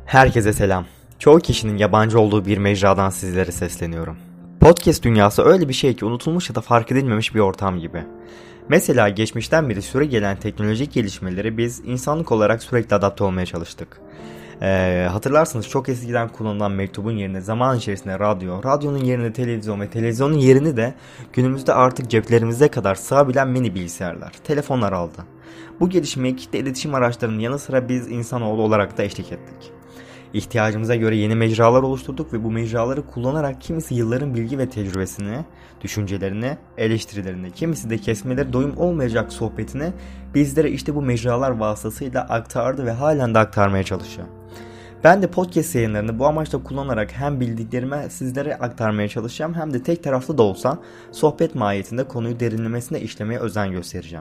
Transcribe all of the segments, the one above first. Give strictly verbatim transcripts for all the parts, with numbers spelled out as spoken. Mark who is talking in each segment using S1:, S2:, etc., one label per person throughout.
S1: Herkese selam. Çoğu kişinin yabancı olduğu bir mecradan sizlere sesleniyorum. Podcast dünyası öyle bir şey ki unutulmuş ya da fark edilmemiş bir ortam gibi. Mesela geçmişten beri süre gelen teknolojik gelişmeleri biz insanlık olarak sürekli adapte olmaya çalıştık. Ee, hatırlarsınız çok eskiden kullanılan mektubun yerine zaman içerisinde radyo, radyonun yerine televizyon ve televizyonun yerini de günümüzde artık ceplerimize kadar sığabilen mini bilgisayarlar, telefonlar aldı. Bu gelişmeye kitle iletişim araçlarının yanı sıra biz insanoğlu olarak da eşlik ettik. İhtiyacımıza göre yeni mecralar oluşturduk ve bu mecraları kullanarak kimisi yılların bilgi ve tecrübesini, düşüncelerini, eleştirilerini, kimisi de kesmeleri doyum olmayacak sohbetini bizlere işte bu mecralar vasıtasıyla aktardı ve halen de aktarmaya çalışıyor. Ben de podcast yayınlarını bu amaçla kullanarak hem bildiklerimi sizlere aktarmaya çalışacağım hem de tek taraflı da olsa sohbet mahiyetinde konuyu derinlemesine işlemeye özen göstereceğim.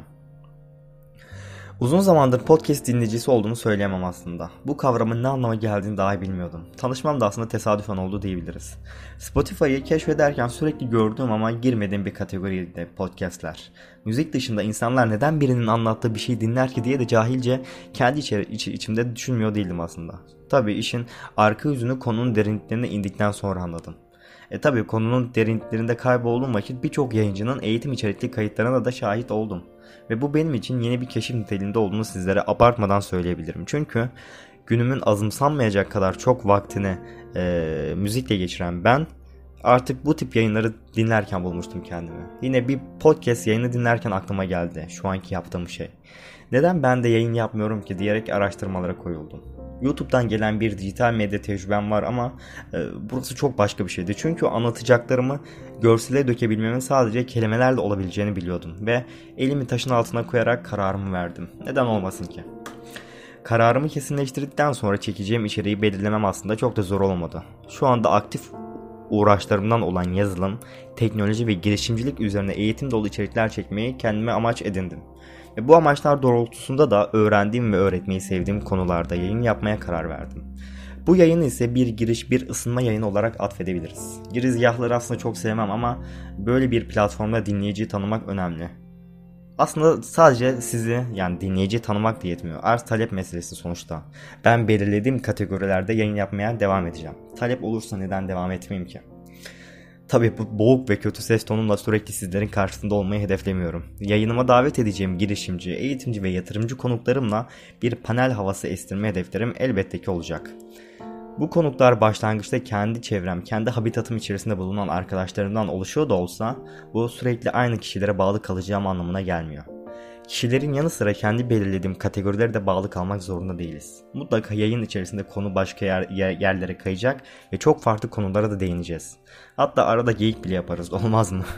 S1: Uzun zamandır podcast dinleyicisi olduğumu söyleyemem aslında. Bu kavramın ne anlama geldiğini daha iyi bilmiyordum. Tanışmam da aslında tesadüfen oldu diyebiliriz. Spotify'ı keşfederken sürekli gördüğüm ama girmediğim bir kategoriydi podcastler. Müzik dışında insanlar neden birinin anlattığı bir şey dinler ki diye de cahilce kendi içeri, iç, içimde düşünmüyor değildim aslında. Tabii işin arka yüzünü konunun derinliklerine indikten sonra anladım. E tabii konunun derinliklerinde kaybolduğum vakit birçok yayıncının eğitim içerikli kayıtlarına da şahit oldum. Ve bu benim için yeni bir keşif niteliğinde olduğunu sizlere abartmadan söyleyebilirim. Çünkü günümün azımsanmayacak kadar çok vaktini e, müzikle geçiren ben artık bu tip yayınları dinlerken bulmuştum kendimi. Yine bir podcast yayını dinlerken aklıma geldi şu anki yaptığım şey. Neden ben de yayın yapmıyorum ki diyerek araştırmalara koyuldum. YouTube'dan gelen bir dijital medya tecrübem var ama e, burası çok başka bir şeydi. Çünkü anlatacaklarımı görsele dökebilmemin sadece kelimelerle olabileceğini biliyordum. Ve elimi taşın altına koyarak kararımı verdim. Neden olmasın ki? Kararımı kesinleştirdikten sonra çekeceğim içeriği belirlemem aslında çok da zor olmadı. Şu anda aktif uğraşlarımdan olan yazılım, teknoloji ve girişimcilik üzerine eğitim dolu içerikler çekmeyi kendime amaç edindim. Ve bu amaçlar doğrultusunda da öğrendiğim ve öğretmeyi sevdiğim konularda yayın yapmaya karar verdim. Bu yayını ise bir giriş, bir ısınma yayını olarak atfedebiliriz. Girizgahları aslında çok sevmem ama böyle bir platformda dinleyiciyi tanımak önemli. Aslında sadece sizi yani dinleyiciyi tanımak da yetmiyor. Arz talep meselesi sonuçta. Ben belirlediğim kategorilerde yayın yapmaya devam edeceğim. Talep olursa neden devam etmeyeyim ki? Tabii bu boğuk ve kötü ses tonumla sürekli sizlerin karşısında olmayı hedeflemiyorum. Yayınıma davet edeceğim girişimci, eğitimci ve yatırımcı konuklarımla bir panel havası estirme hedeflerim elbette ki olacak. Bu konuklar başlangıçta kendi çevrem, kendi habitatım içerisinde bulunan arkadaşlarımdan oluşuyor da olsa bu sürekli aynı kişilere bağlı kalacağım anlamına gelmiyor. Kişilerin yanı sıra kendi belirlediğim kategorilere de bağlı kalmak zorunda değiliz. Mutlaka yayın içerisinde konu başka yer, yer, yerlere kayacak ve çok farklı konulara da değineceğiz. Hatta arada geyik bile yaparız, olmaz mı?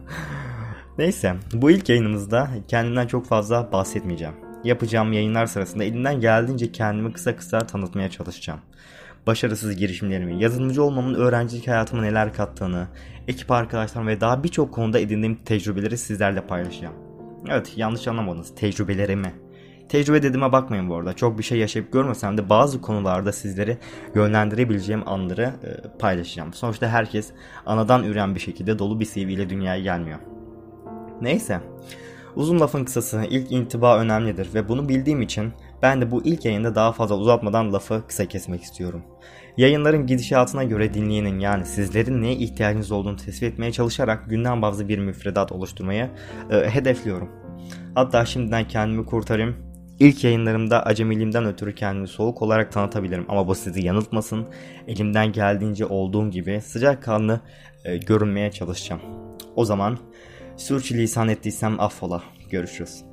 S1: Neyse, bu ilk yayınımızda kendimden çok fazla bahsetmeyeceğim. Yapacağım yayınlar sırasında elimden geldiğince kendimi kısa kısa tanıtmaya çalışacağım. Başarısız girişimlerimi, yazılımcı olmamın öğrencilik hayatıma neler kattığını, ekip arkadaşlarım ve daha birçok konuda edindiğim tecrübeleri sizlerle paylaşacağım. Evet, yanlış anlamadınız, tecrübelerimi. Tecrübe dediğime bakmayın bu arada. Çok bir şey yaşayıp görmesem de bazı konularda sizleri yönlendirebileceğim anları e, paylaşacağım. Sonuçta herkes anadan üren bir şekilde dolu bir C V ile dünyaya gelmiyor. Neyse, uzun lafın kısası, ilk intiba önemlidir ve bunu bildiğim için ben de bu ilk yayında daha fazla uzatmadan lafı kısa kesmek istiyorum. Yayınların gidişatına göre dinleyenin yani sizlerin neye ihtiyacınız olduğunu tespit etmeye çalışarak günden bazı bir müfredat oluşturmayı e, hedefliyorum. Hatta şimdiden kendimi kurtarayım. İlk yayınlarımda acemiliğimden ötürü kendimi soğuk olarak tanıtabilirim ama bu sizi yanıltmasın. Elimden geldiğince olduğum gibi sıcakkanlı e, görünmeye çalışacağım. O zaman sürçülisan ettiysem affola. Görüşürüz.